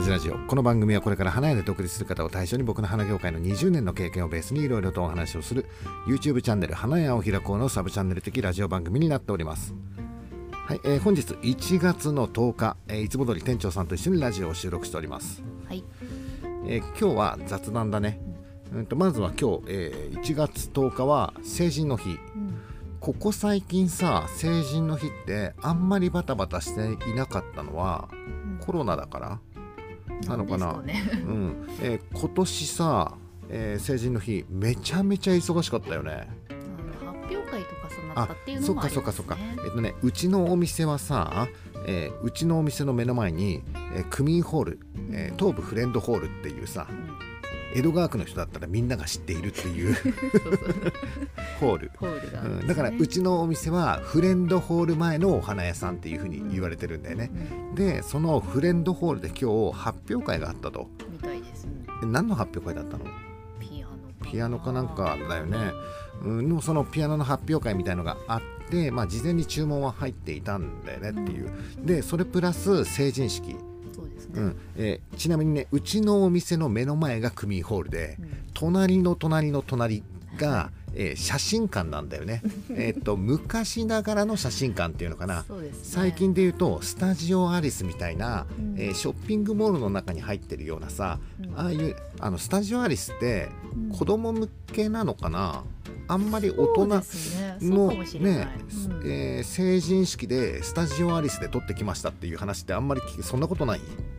じラジオ。この番組はこれから花屋で独立する方を対象に僕の花業界の20年の経験をベースにいろいろとお話をする YouTube チャンネル花屋を開こうのサブチャンネル的ラジオ番組になっております。はい、本日1月の10日、いつも通り店長さんと一緒にラジオを収録しております。 はい。 今日は雑談だね。まずは今日、1月10日は成人の日。ここ最近さ、成人の日ってあんまりバタバタしていなかったのは、コロナだからなのかな。今年さ、成人の日めちゃめちゃ忙しかったよね。 発表会とかそうなったっていうのもありますね。 そっか。うちのお店はさ、うちのお店の目の前に、区民ホール、東武フレンドホールっていうさ、江戸川区の人だったらみんなが知っているっていうホールが、だからうちのお店はフレンドホール前のお花屋さんっていう風に言われてるんだよね。でそのフレンドホールで今日発表会があったと。 みたいですね。 何の発表会だったの？ピアノかなんかだよね。そのピアノの発表会みたいのがあって、事前に注文は入っていたんだよねっていう。でそれプラス成人式。ちなみにね、うちのお店の目の前が区民ホールで、隣の隣が、写真館なんだよね。昔ながらの写真館っていうのかな。最近で言うとスタジオアリスみたいな、ショッピングモールの中に入ってるようなさ、ああいうスタジオアリスって子供向けなのかな。あんまり大人のね、成人式でスタジオアリスで撮ってきましたっていう話ってあんまりそんなことない？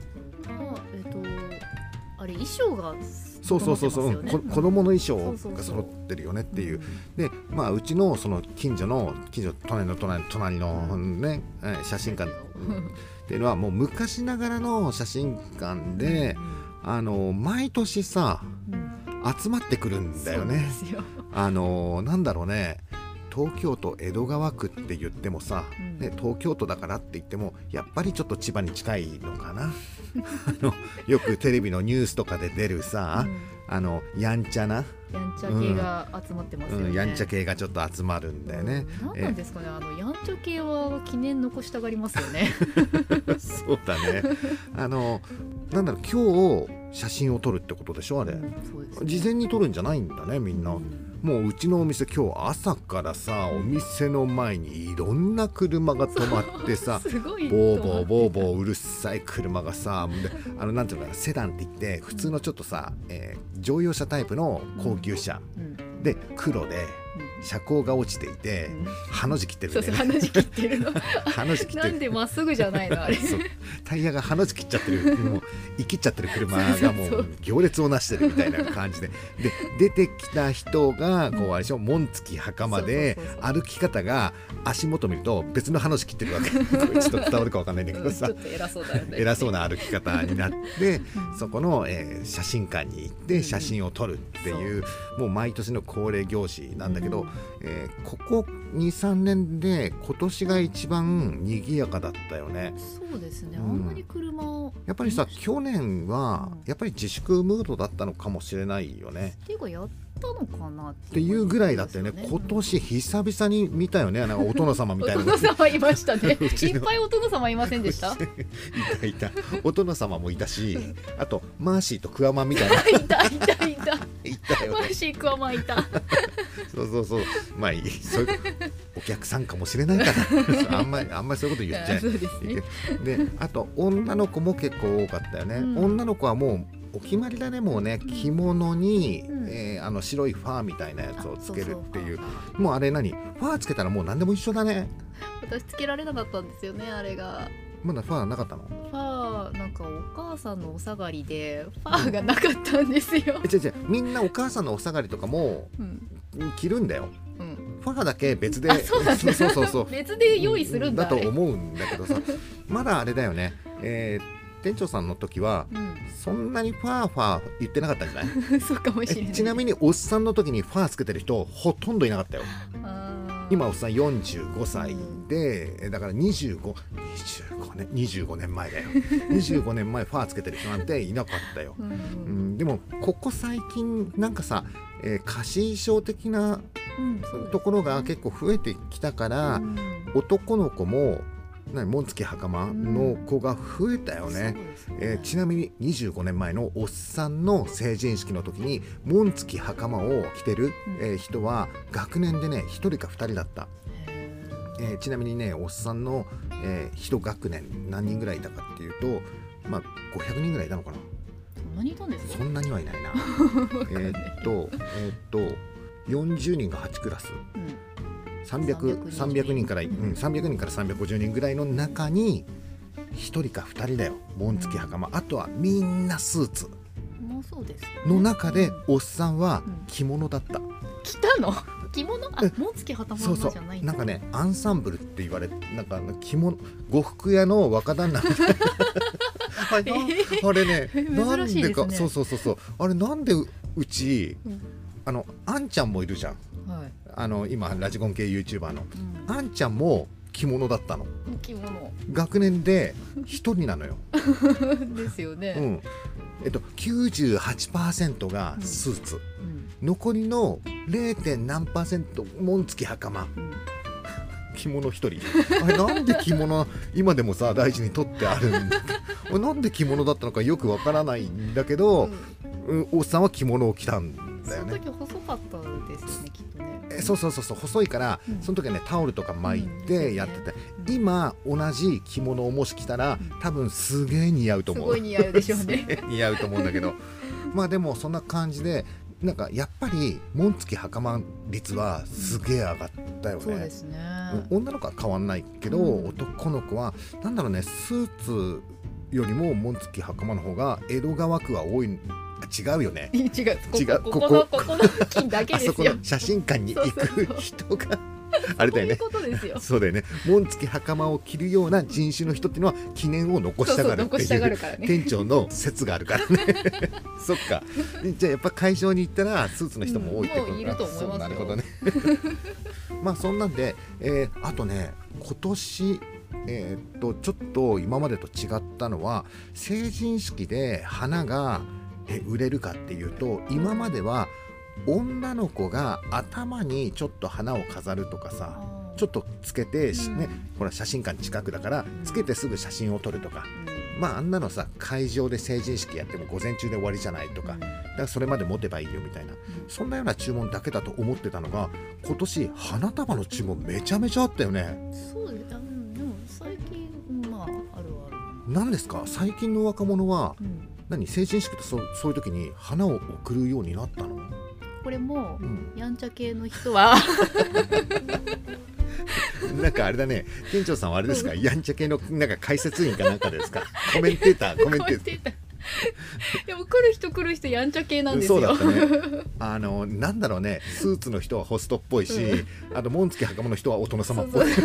あれ衣装がそう子供の衣装が揃ってるよねっていう。でうちのその近所隣のね、写真館っていうのはもう昔ながらの写真館で、毎年さ、集まってくるんだよね。なんだろうね、東京都江戸川区って言ってもさ、東京都だからって言ってもやっぱりちょっと千葉に近いのかな。よくテレビのニュースとかで出るさ、やんちゃ系が集まってますよね。やんちゃ系がちょっと集まるんだよね。 何なんですかね、やんちゃ系は記念残したがりますよね。 そうだね。なんだろう、今日写真を撮るってことでしょあれ。事前に撮るんじゃないんだねみんな。もううちのお店今日朝からさ、お店の前にいろんな車が止まってさ、ボーボーうるさい車がさ、なんていうのかな、セダンって言って普通のちょっとさ、乗用車タイプの高級車、で黒で車高が落ちていて、ハの字切ってるんだよね。ハの字切ってるの。なんでまっすぐじゃないのあれ。 タイヤがハの字切っちゃってる、もう生きっちゃってる車がもう行列をなしてるみたいな感じで、出てきた人がこうあれでしょ、紋付き袴で歩き方が足元見ると別のハの字切ってるわけ。これちょっと伝わるかわかんないんだけどさ、偉そうな歩き方になって、そこの、写真館に行って写真を撮るっていう、もう毎年の恒例行事なんだけど、ここ 2,3 年で今年が一番賑やかだったよね。 そうですね、あんまり車をやっぱりさ、去年はやっぱり自粛ムードだったのかもしれないよね。 っていうかやったのかなっていうぐらいだったよね。今年久々に見たよね、なんかお殿様みたいな。 お殿様いましたね。いっぱいお殿様いませんでした？ いたお殿様もいたし、あとマーシーとクワマンみたいな。 いたいたよね。マーシークワマンいた。 そうまあいい、そういうお客さんかもしれないからあんまりそういうこと言っちゃう。であと女の子も結構多かったよね。女の子はもうお決まりだね。もうね、着物に、白いファーみたいなやつをつけるっていう。もうあれファーつけたらもう何でも一緒だね。 私つけられなかったんですよね、あれが。 まだファーなかったの？ ファーなんかお母さんのお下がりでファーがなかったんですよ。 みんなお母さんのお下がりとかも着るんだよ。ファーだけ別で。 そう別で用意するんだと思うんだけどさ、まだあれだよね。店長さんの時は、そんなにファー言ってなかったんじゃない？そうかもしれない。ちなみにおっさんの時にファーつけてる人ほとんどいなかったよ。今おっさん45歳で、だから25年前だよ。25年前ファーつけてる人なんていなかったよ。でもここ最近なんかさ、貸衣装的なところが結構増えてきたから、男の子も紋付き袴の子が増えたよね。ちなみに25年前のおっさんの成人式の時に紋付き袴を着てる、人は学年でね1人か2人だった。ちなみにねおっさんの、1学年何人ぐらいいたかっていうと、まあ500人ぐらいいたのかな。 そんなにいたんですか？ そんなにはいないな40人が8クラス、300人から、300人から350人ぐらいの中に1人か2人だよ紋付き袴、あとはみんなスーツの中で、おっさんは着物だった。 着たの？着物？紋付き袴じゃないんだ。 なんかねアンサンブルって言われて、なんか着物呉服屋の若旦那みたいなあれね、なんでか、そうあれなんでうち、あんちゃんもいるじゃん、今ラジコン系 YouTuber の、あんちゃんも着物だったの。 着物学年で一人なのよですよね。 98% がスーツ、残りの 0. 何%紋付き袴、着物一人あれなんで着物今でもさ大事に取ってあるんだなんで着物だったのかよくわからないんだけど、おっさんは着物を着たんだよね。 その時細かったですよねきっとね。 そう細いから、その時はねタオルとか巻いてやってて、今同じ着物をもし着たら、多分すげえ似合うと思う。 すごい似合うでしょうね似合うと思うんだけどまあでもそんな感じで、なんかやっぱり紋付き袴率はすげえ上がったよね。 そうですね。 女の子は変わんないけど、男の子はなんだろうね、スーツよりも紋付き袴の方が江戸川区は多い。違うよね。 違う。ここの金だけですよ。 あそこの写真館に行く人があれだよね。そうだよね。紋付き袴を着るような人種の人っていうのは記念を残したがるっていう店長の説があるからねそっか。じゃあやっぱ会場に行ったらスーツの人も多いってことか。 いると思いますよ。 なるほどねまあそんなんで、あとね今年ちょっと今までと違ったのは、成人式で花が売れるかっていうと、今までは女の子が頭にちょっと花を飾るとかさ、ちょっとつけて、ほら写真館近くだからつけてすぐ写真を撮るとか、まああんなのさ会場で成人式やっても午前中で終わりじゃないとか、だからそれまで持てばいいよみたいな、そんなような注文だけだと思ってたのが、今年花束の注文めちゃめちゃあったよね。 そうです。でも最近まああるある。 なんですか最近の若者は、成人式とそういう時に花を贈るようになったの？ これも、やんちゃ系の人はなんかあれだね、店長さんはあれですか、やんちゃ系のなんか解説員かなんかですかコメンテーターでも来る人やんちゃ系なんですよ。 そうだったねなんだろうね、スーツの人はホストっぽいし、あと紋付き袴の人はお殿様っぽい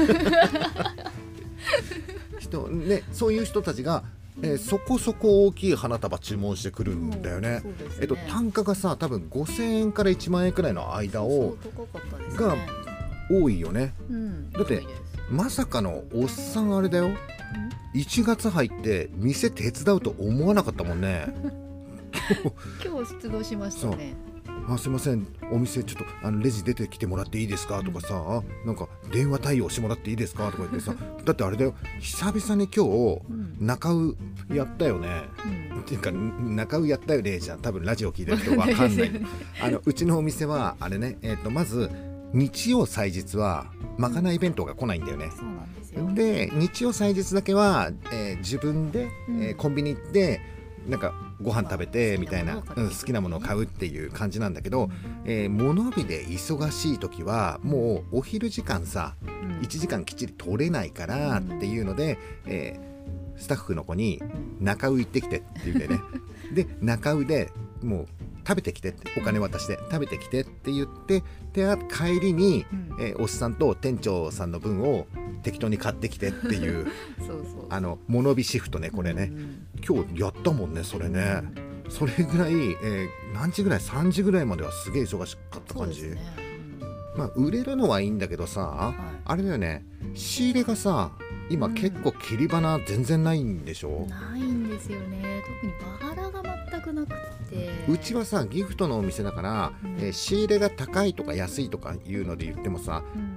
人ね、そういう人たちがそこそこ大きい花束注文してくるんだよね。単価がさ多分5000円から1万円くらいの間をが多いよね。だってまさかのおっさんあれだよ、1月入って店手伝うと思わなかったもんね今日出動しましたね。 すいませんお店ちょっとレジ出てきてもらっていいですかとかさ、なんか電話対応してもらっていいですかとか言ってさだってあれだよ、久々に今日中尾やったよね、っていうか中尾やったよねじゃん、多分ラジオ聞いてる人わかんないうちのお店はあれね、まず日曜祭日はまかない弁当が来ないんだよね。 そうなんですよ。 で日曜祭日だけは、自分で、コンビニ行ってなんかご飯食べてみたいな、好きなものを買うっていう感じなんだけど、物日で忙しい時はもうお昼時間さ、1時間きっちり取れないからっていうので、スタッフの子に中尾行ってきてって言ってねで中尾でもう食べてきてってお金渡して食べてきてって言って、で帰りに、おっさんと店長さんの分を適当に買ってきてっていう物日シフトね、これね、今日やったもんねそれね。それぐらい、何時ぐらい3時ぐらいまではすげえ忙しかった感じ。まあ売れるのはいいんだけどさ、あれだよね、仕入れがさ今結構切り花全然ないんでしょ。 ないんですよね。特にバラが全くなくて、 うちはさギフトのお店だから、仕入れが高いとか安いとかいうので言ってもさ、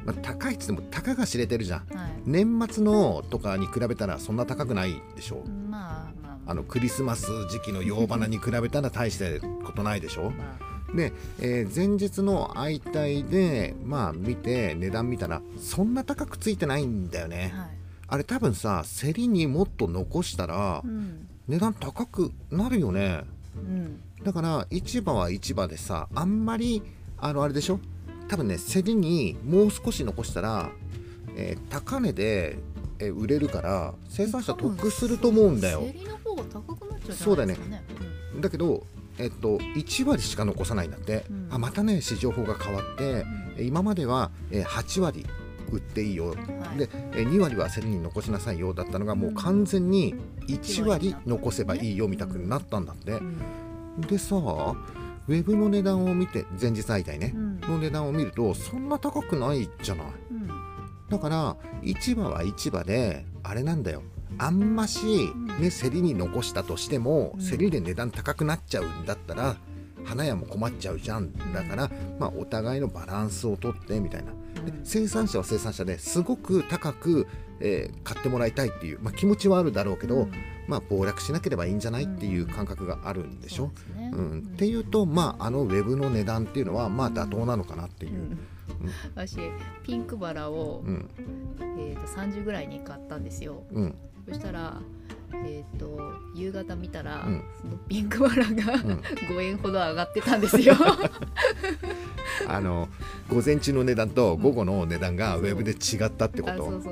まあ、高いっつってもたかが知れてるじゃん、 はい、 年末のとかに比べたらそんな高くないでしょ。 まあまあクリスマス時期の洋花に比べたら大してことないでしょ。 まあで、前日の相対でまあ見て値段見たらそんな高くついてないんだよね、 はい、 あれ多分さ競りにもっと残したらうん値段高くなるよね。 うんだから市場は市場でさあんまりあれでしょ、多分ね競りにもう少し残したら、高値で、売れるから生産者得すると思うんだよ。 競りの方が高くなっちゃうじゃないですかね。 そうだねだけど、1割しか残さないんだって、 うんまたね市場法が変わって、今までは、8割売っていいよ、 はいで2割は競りに残しなさいよだったのがもう完全に1割残せばいいよみたくなったんだって、でさウェブの値段を見て前日相対ね、の値段を見るとそんな高くないじゃない。だから市場は市場であれなんだよ、あんまし、ね、競りに残したとしても、競りで値段高くなっちゃうんだったら花屋も困っちゃうじゃん。だから、まあ、お互いのバランスをとってみたいな。で生産者は生産者ですごく高く、買ってもらいたいっていう、まあ、気持ちはあるだろうけど、まあ、暴落しなければいいんじゃないっていう感覚があるんでしょ。っていうと、まあ、ウェブの値段っていうのはまあ妥当なのかなっていう。 私ピンクバラを、30ぐらいに買ったんですよ、そしたら、夕方見たら、そのピンクバラが、5円ほど上がってたんですよ午前中の値段と午後の値段がウェブで違ったってこと？ そうそう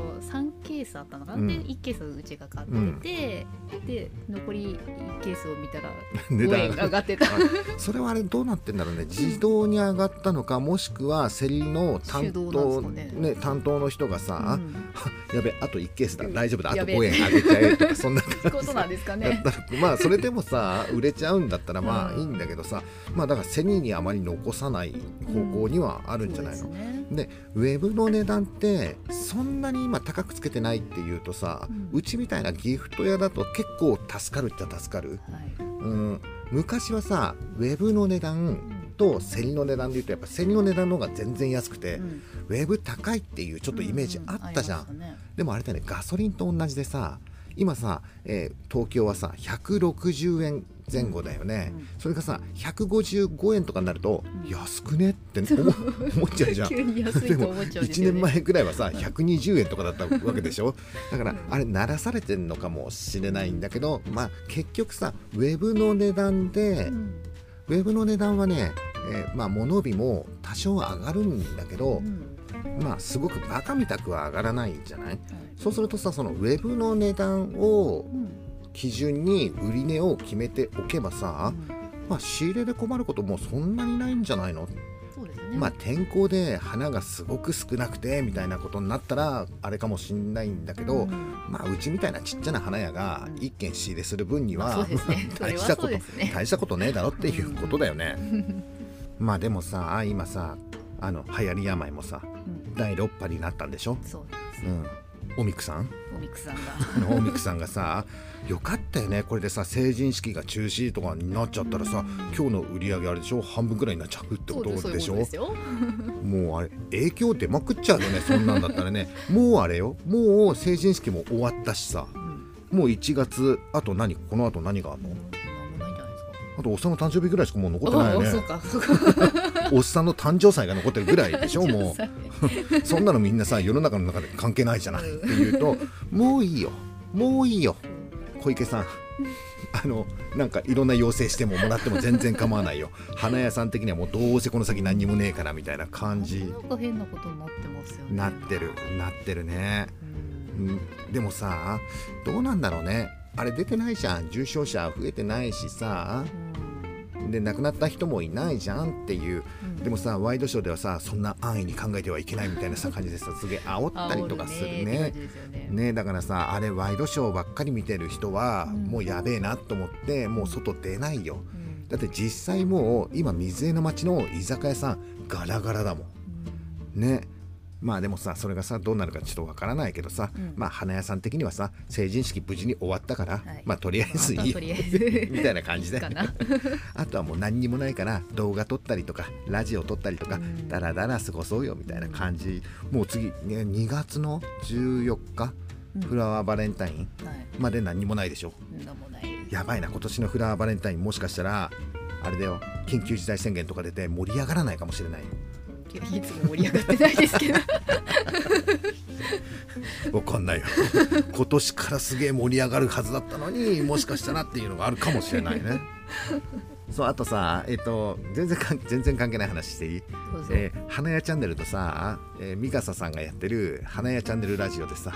、3ケースあったのかな、で1ケースうちが買ってて、で残り1ケースを見たら5円上がってたそれはあれどうなってんだろうね、自動に上がったのか、もしくは競りの担当の人がさ、やべあと1ケースだ大丈夫だあと5円上げちゃえとかそんな感じことなんですかね。 まあそれでもさ売れちゃうんだったらまあいいんだけどさ、まあだから競りにあまり残さない方向にはあるんじゃないの。でウェブの値段ってそんなに今高くつけてないっていうとさ、うちみたいなギフト屋だと結構助かるっちゃ助かる、昔はさウェブの値段と競りの値段でいうとやっぱ競りの値段の方が全然安くて、ウェブ高いっていうちょっとイメージあったじゃん、でもあれだね、ガソリンと同じでさ今さ、東京はさ160円前後だよね、それがさ155円とかになると、安くねって思っちゃうじゃん急に安いと思っちゃうんですよね。 1年前ぐらいはさ120円とかだったわけでしょだからあれ鳴らされてんのかもしれないんだけど、まあ結局さウェブの値段で、ウェブの値段はね、まあ物日も多少上がるんだけど、まあすごくバカみたくは上がらないじゃない、そうするとさそのウェブの値段を基準に売り値を決めておけばさ、まあ仕入れで困ることもそんなにないんじゃないの。 そうですね。 まあ天候で花がすごく少なくてみたいなことになったらあれかもしんないんだけど、まあうちみたいなちっちゃな花屋が一軒仕入れする分には大したことねえだろっていうことだよね。まあでもさ今さ流行り病もさ、第6波になったんでしょ。 そうです、 オミクさんオミクさんがさよかったよね、これでさ成人式が中止とかになっちゃったらさ、今日の売り上げあれでしょ、半分ぐらいになっちゃうってことでしょ。もうあれ影響出まくっちゃうよねそんなんだったらねもうあれよ、もう成人式も終わったしさ、もう1月あとこの後何があるの？あとおっさんの誕生日ぐらいしかもう残ってないよね。おっさんの誕生祭が残ってるぐらいでしょもうそんなのみんなさ世の中の中で関係ないじゃないっていうと、もういいよ小池さんなんかいろんな要請してもらっても全然構わないよ花屋さん的にはもうどうせこの先何にもねえからみたいな感じ。 なんか変なことになってますよね。 なってるね、でもさどうなんだろうね、あれ出てないじゃん、重症者増えてないしさ、で亡くなった人もいないじゃんっていう、でもさワイドショーではさそんな安易に考えてはいけないみたいなさ感じでさすげえ煽ったりとかするね。だからさあれワイドショーばっかり見てる人はもうやべえなと思ってもう外出ないよ、だって実際もう今水江の町の居酒屋さんガラガラだもんね。 まあでもさ、それがさどうなるかちょっとわからないけどさ、まあ花屋さん的にはさ成人式無事に終わったから、まあとりあえずいいみたいな感じであとはもう何にもないから動画撮ったりとかラジオ撮ったりとか、だらだら過ごそうよみたいな感じ。もう次、ね、2月の14日、フラワーバレンタインまで何にもないでしょ。やばいな、今年のフラワーバレンタインもしかしたらあれだよ、緊急事態宣言とか出て盛り上がらないかもしれない。 いつも盛り上がってないですけどわかんないよ今年からすげえ盛り上がるはずだったのに、もしかしたらっていうのがあるかもしれないねそう、あとさ、全然関係ない話していい？花屋チャンネルとさ、ミカサさんがやってる花屋チャンネルラジオでさ、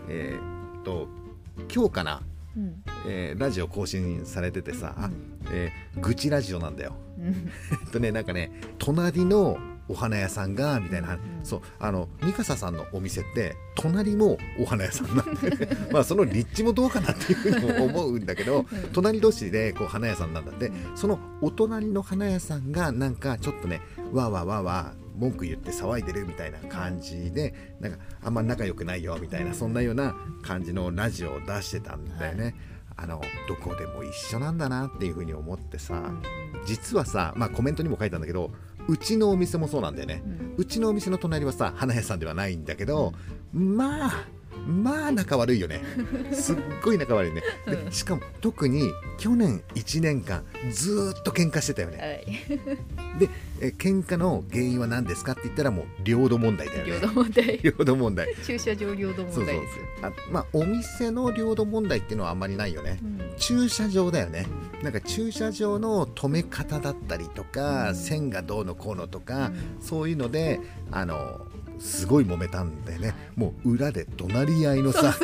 今日かな、ラジオ更新されててさ、愚痴ラジオなんだよなんかね、隣のお花屋さんがみたいな、そう、ミカサさんのお店って隣もお花屋さんなんでまあその立地もどうかなっていうふうにも思うんだけど隣同士でこう花屋さんなんだって。そのお隣の花屋さんがなんかちょっとね、わーわーわーわー文句言って騒いでるみたいな感じで、なんかあんま仲良くないよみたいな、そんなような感じのラジオを出してたんだよね。どこでも一緒なんだなっていうふうに思ってさ、実はさ、まあコメントにも書いたんだけど、うちのお店もそうなんだよね。うちのお店の隣はさ花屋さんではないんだけど、まあ仲悪いよねすっごい仲悪いね。でしかも特に去年1年間ずっと喧嘩してたよね、で喧嘩の原因は何ですかって言ったら、もう領土問題だよね。領土問題駐車場領土問題です。 まあお店の領土問題っていうのはあんまりないよね、駐車場だよね。なんか駐車場の止め方だったりとか、線がどうのこうのとか、そういうのですごい揉めたんでね。もう裏で怒鳴り合いのさ、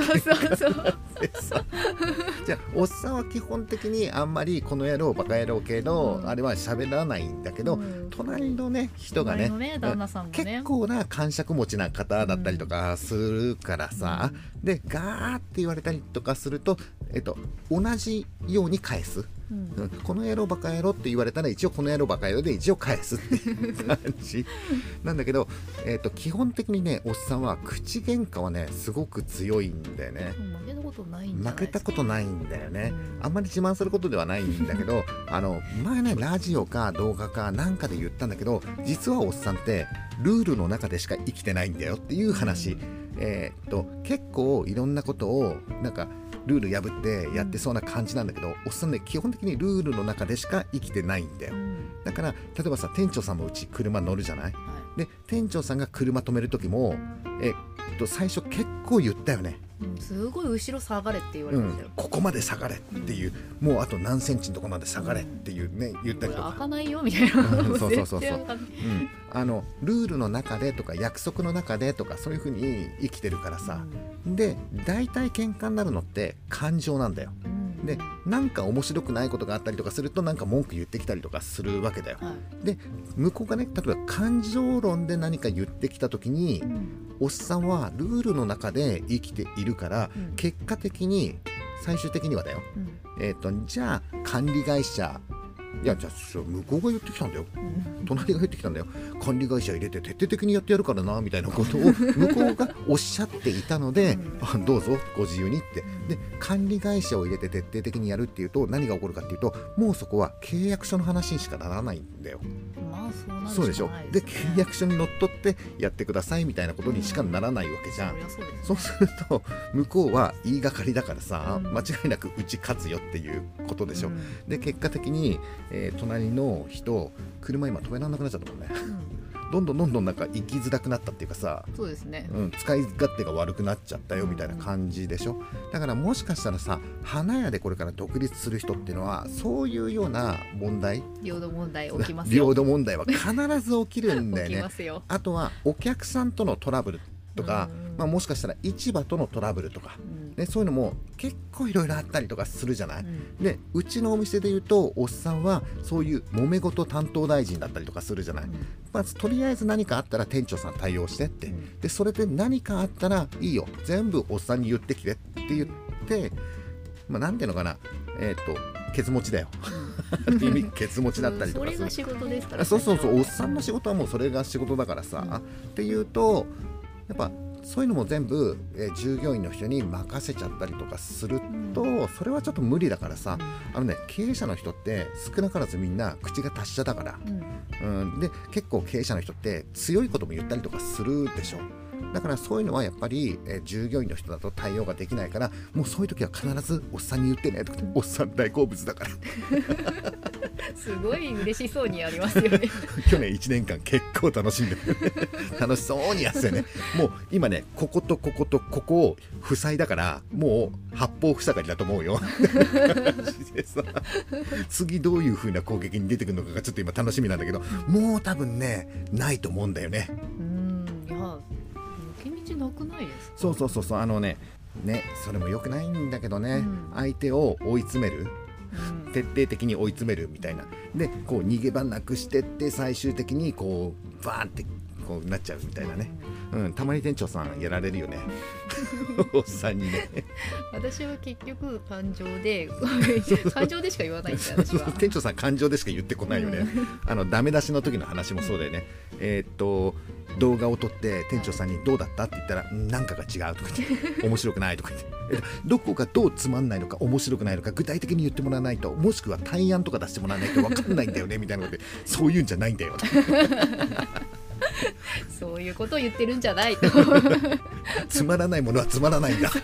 じゃあおっさんは基本的にあんまりこの野郎バカ野郎系の、あれは喋らないんだけど、隣のね人がね、 旦那さんもね結構な感触持ちな方だったりとかするからさ、でガーって言われたりとかすると、同じように返す。この野郎バカ野郎って言われたら一応この野郎バカ野郎で一応返すっていう感じなんだけど、基本的にねおっさんは口喧嘩はねすごく強いんだよね。 負けたことないんじゃないですか。 負けたことないんだよね、あんまり自慢することではないんだけど前ねラジオか動画かなんかで言ったんだけど、実はおっさんってルールの中でしか生きてないんだよっていう話、結構いろんなことをなんかルール破ってやってそうな感じなんだけど、おっさんね基本的にルールの中でしか生きてないんだよ。だから例えばさ、店長さんもうち車乗るじゃない、で店長さんが車止める時も最初結構言ったよね、 すごい後ろ下がれって言われましたよ、 ここまで下がれっていう、もうあと何センチのとこまで下がれっていうね、言ったりとか、 開かないよみたいな、 そう、ルールの中でとか約束の中でとかそういう風に生きてるからさ、で大体喧嘩になるのって感情なんだよ、でなんか面白くないことがあったりとかするとなんか文句言ってきたりとかするわけだよ、で向こうがね例えば感情論で何か言ってきた時に、おっさんはルールの中で生きているから、結果的に最終的にはだよ、じゃあ管理会社、いやじゃあ向こうが言ってきたんだよ、隣が言ってきたんだよ、管理会社入れて徹底的にやってやるからなみたいなことを向こうがおっしゃっていたのでどうぞご自由にって。で管理会社を入れて徹底的にやるっていうと何が起こるかっていうと、もうそこは契約書の話にしかならないんだよ。そうでしょ。で契約書にのっとってやってくださいみたいなことにしかならないわけじゃん、そうすると向こうは言いがかりだからさ、間違いなくうち勝つよっていうことでしょ、で結果的に、隣の人車今止められなくなっちゃったもんね、どんどんなんか行きづらくなったっていうかさ、 そうですね、 使い勝手が悪くなっちゃったよみたいな感じでしょ、だからもしかしたらさ、花屋でこれから独立する人っていうのはそういうような問題、 領土問題起きますよ。 領土問題は必ず起きるんだよね起きますよ。 あとはお客さんとのトラブルとか、もしかしたら市場とのトラブルとか、そういうのも結構いろいろあったりとかするじゃない、でうちのお店でいうとおっさんはそういう揉め事担当大臣だったりとかするじゃない、まずとりあえず何かあったら店長さん対応してって、でそれで何かあったらいいよ全部おっさんに言ってきてって言って、なんていうのかな、ケツ持ちだよ意味ケツ持ちだったりとかする、 それが仕事ですから、 そうおっさんの仕事はもうそれが仕事だからさ、っていうとやっぱそういうのも全部、従業員の人に任せちゃったりとかすると、それはちょっと無理だからさ、経営者の人って少なからずみんな口が達者だから、で結構経営者の人って強いことも言ったりとかするでしょ。だからそういうのはやっぱり、従業員の人だと対応ができないから、もうそういう時は必ずおっさんに言ってねとか、おっさん大好物だからすごい嬉しそうにやりますよね去年1年間結構楽しんで楽しそうにやってね、もう今ねこことこことここを塞いだから、もう八方塞がりだと思うよでさ、次どういう風な攻撃に出てくるのかがちょっと今楽しみなんだけど、もう多分ねないと思うんだよね。 いや抜け道なくないですか？ そうそれも良くないんだけどね、相手を追い詰める、徹底的に追い詰めるみたいなで、こう逃げ場なくしてって最終的にこうバーンってこうなっちゃうみたいなね、たまに店長さんやられるよねおっさんにね私は結局感情で感情でしか言わないんだよ私は店長さん感情でしか言ってこないよね、ダメ出しの時の話もそうだよね。動画を撮って店長さんにどうだったって言ったら、なんかが違うとか言って面白くないとか言ってどこがどうつまんないのか面白くないのか具体的に言ってもらわないと、もしくは対案とか出してもらわないと分かんないんだよねみたいなことで、そういうんじゃないんだよそういうことを言ってるんじゃないとつまらないものはつまらないんだ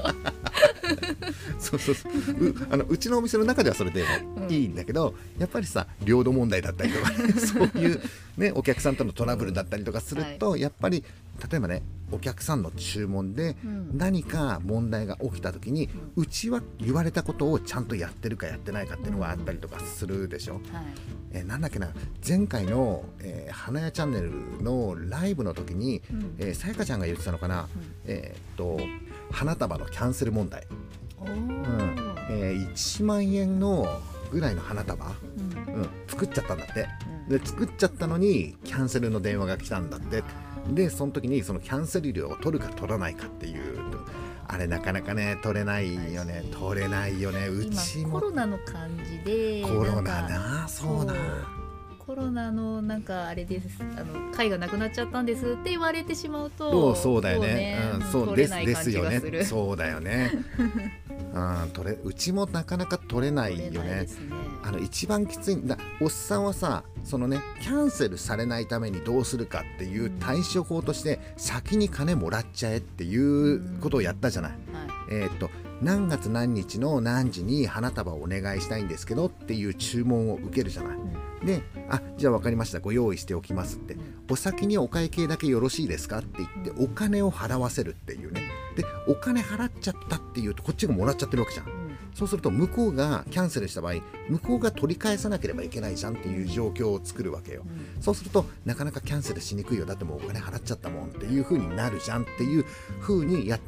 うちのお店の中ではそれでいいんだけど、やっぱりさ領土問題だったりとか、そういう、ね、お客さんとのトラブルだったりとかすると、やっぱり例えばねお客さんの注文で何か問題が起きた時に、うちは言われたことをちゃんとやってるかやってないかっていうのがあったりとかするでしょ。なんだっけな、前回の、花屋チャンネルのライブの時に、さやかちゃんが言ってたのかな、花束のキャンセル問題、1万円のぐらいの花束、作っちゃったんだって。で作っちゃったのにキャンセルの電話が来たんだって。でその時にそのキャンセル料を取るか取らないかっていう、あれなかなかね取れないよね。うちも今コロナの感じで、 コロナな、そうだ、 コロナのなんかあれです、会がなくなっちゃったんですって言われてしまうと、 そうだよね、そう取れない感じがするですよね、そうだよねうちもなかなか取れないよね。一番きついんだ、おっさんはさ、そのねキャンセルされないためにどうするかっていう対処法として、先に金もらっちゃえっていうことをやったじゃない。何月何日の何時に花束をお願いしたいんですけどっていう注文を受けるじゃない。で、じゃあ分かりました、ご用意しておきますって、お先にお会計だけよろしいですかって言ってお金を払わせるっていうね。でお金払っちゃったっていうとこっちがもらっちゃってるわけじゃん。そうすると向こうがキャンセルした場合、向こうが取り返さなければいけないじゃんっていう状況を作るわけよ。そうするとなかなかキャンセルしにくいよ、だってもうお金払っちゃったもんっていう風になるじゃんっていう風にやって、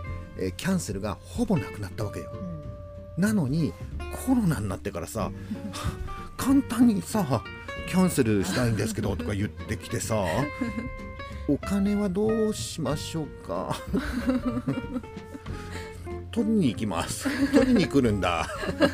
キャンセルがほぼなくなったわけよ。なのにコロナになってからさ簡単にさキャンセルしたいんですけどとか言ってきてさお金はどうしましょうか取りに行きます、取りに来るんだ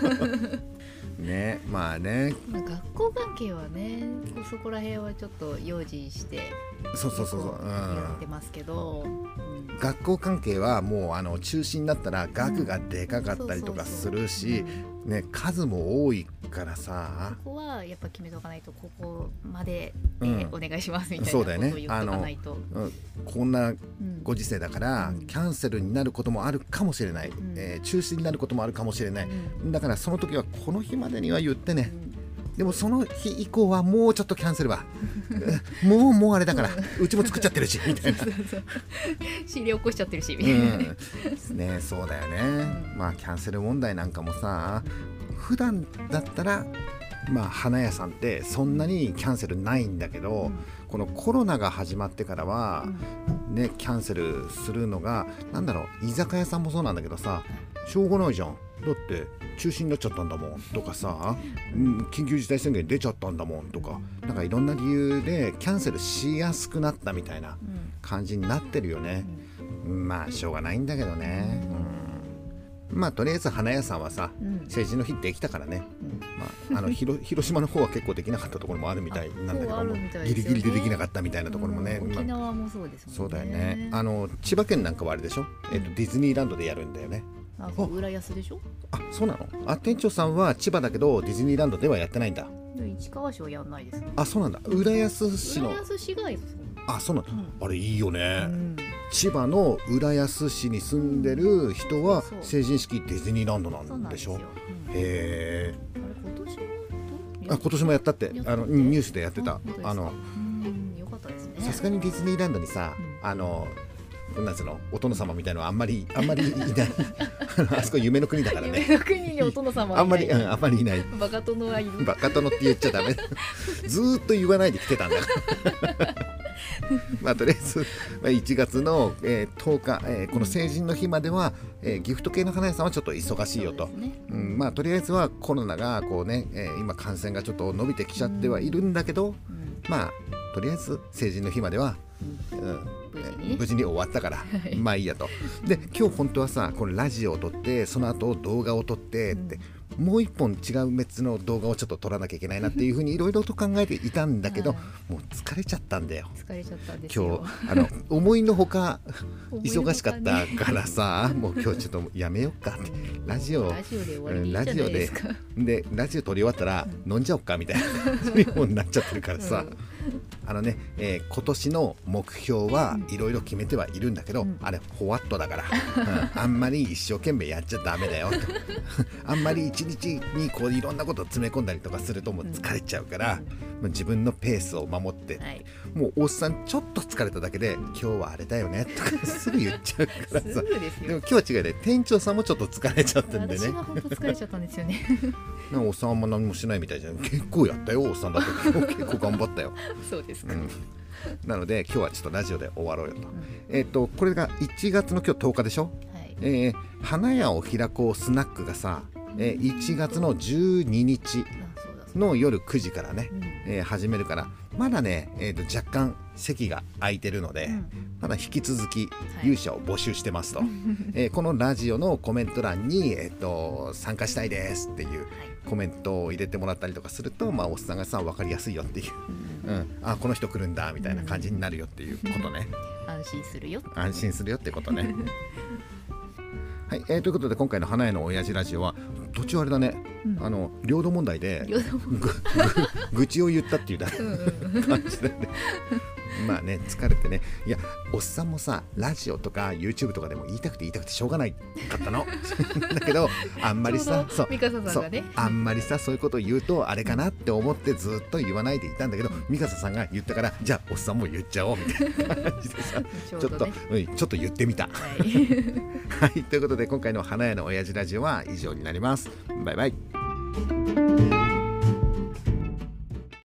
ね、まあね、 学校関係はね、そこら辺はちょっと用心してやってますけど、 学校関係はもう中止になったら額がでかかったりとかするし、数も多いからさ、 ここはやっぱ決めとかないと、ここまでお願いしますみたいなことを言っておかないと、 こんなご時世だから、キャンセルになることもあるかもしれない、中止になることもあるかもしれない、だからその時はこの日までには言ってね、でもその日以降はもうちょっとキャンセルはもうあれだからうちも作っちゃってるしみたいな仕入れ起こしちゃってるしみたいなね、そうだよね。まあキャンセル問題なんかもさ、普段だったら花屋さんってそんなにキャンセルないんだけど、このコロナが始まってからはね、キャンセルするのが居酒屋さんもそうなんだけどさ、しょうがないじゃん、だって中止になっちゃったんだもんとかさ、緊急事態宣言出ちゃったんだもんとか、なんかいろんな理由でキャンセルしやすくなったみたいな感じになってるよね。まあしょうがないんだけどね。 まあとりあえず花屋さんはさ、成人の日できたからね、まあ、広島の方は結構できなかったところもあるみたいなんだけども、ギリギリでできなかったみたいなところもね、 沖縄もそうですもんね。 そうだよね。千葉県なんかはあれでしょ、ディズニーランドでやるんだよね。 浦安でしょ。 あ、そうなの。店長さんは千葉だけどディズニーランドではやってないんだ。 市川市はやんないです。 あ、そうなんだ。浦安市の。 浦安市街。 あ、そうなんだ。あれいいよね。千葉の浦安市に住んでる人は成人式ディズニーランドなんでしょ。へえ。今年もやったってニュースでやってた。よかったですね。 さすがにディズニーランドにさ、なんつうの、お殿様みたいのはあんまりいないあそこ夢の国だからね。 夢の国にお殿様あんまりいない。 バカ殿はいる。 バカ殿って言っちゃダメずーっと言わないで来てたんだからまあとりあえず1月の10日、この成人の日まではギフト系の花屋さんはちょっと忙しいよと、まあとりあえずはコロナがこうね、今感染がちょっと伸びてきちゃってはいるんだけど、まあとりあえず成人の日までは無事に終わったからまあいいやと。で今日本当はさ、このラジオを撮ってその後動画を撮ってって、もう一本違う別の動画をちょっと撮らなきゃいけないなっていうふうにいろいろと考えていたんだけど、もう疲れちゃったんだよ。 疲れちゃったんですよ。 今日思いのほか忙しかったからさ、もう今日ちょっとやめようかって、ラジオで終わりでいいじゃないですか。でラジオ撮り終わったら飲んじゃおうかみたいな感じになっちゃってるからさ、今年の目標はいろいろ決めてはいるんだけど、あれホワットだから、あんまり一生懸命やっちゃダメだよとあんまり一日にこういろんなことを詰め込んだりとかするともう疲れちゃうから、自分のペースを守って、もうおっさんちょっと疲れただけで今日はあれだよねとかすぐ言っちゃうからさでも今日は違うで、店長さんもちょっと疲れちゃったんでね。 私は本当疲れちゃったんですよねおっさんはも何もしないみたいじゃん。結構やったよ、おっさんだって今日結構頑張ったよそうですか、 なので今日はちょっとラジオで終わろうよと。これが1月の今日10日でしょ、花屋を開こうスナックがさ、1月の12日の夜9時からね、始めるから、まだね、若干席が空いてるので、まだ引き続き勇者を募集してますと、このラジオのコメント欄に、参加したいですっていうコメントを入れてもらったりとかすると、おっさんがさ分かりやすいよっていう、あこの人来るんだみたいな感じになるよっていうことね。 安心するよってことねはい、ということで今回の花屋の親父ラジオは途中あれだね、領土問題で愚痴を言ったっていう感じだねまあね、疲れてね、いやおっさんもさラジオとか YouTube とかでも言いたくてしょうがないかったのだけどあんまりさミカサさんがね、 あんまりさそういうことを言うとあれかなって思ってずっと言わないでいたんだけど、ミカサさんが言ったからじゃあおっさんも言っちゃおうみたいな感じでさちょっと言ってみたはい、ということで今回の花屋の親父ラジオは以上になります。バイバイ。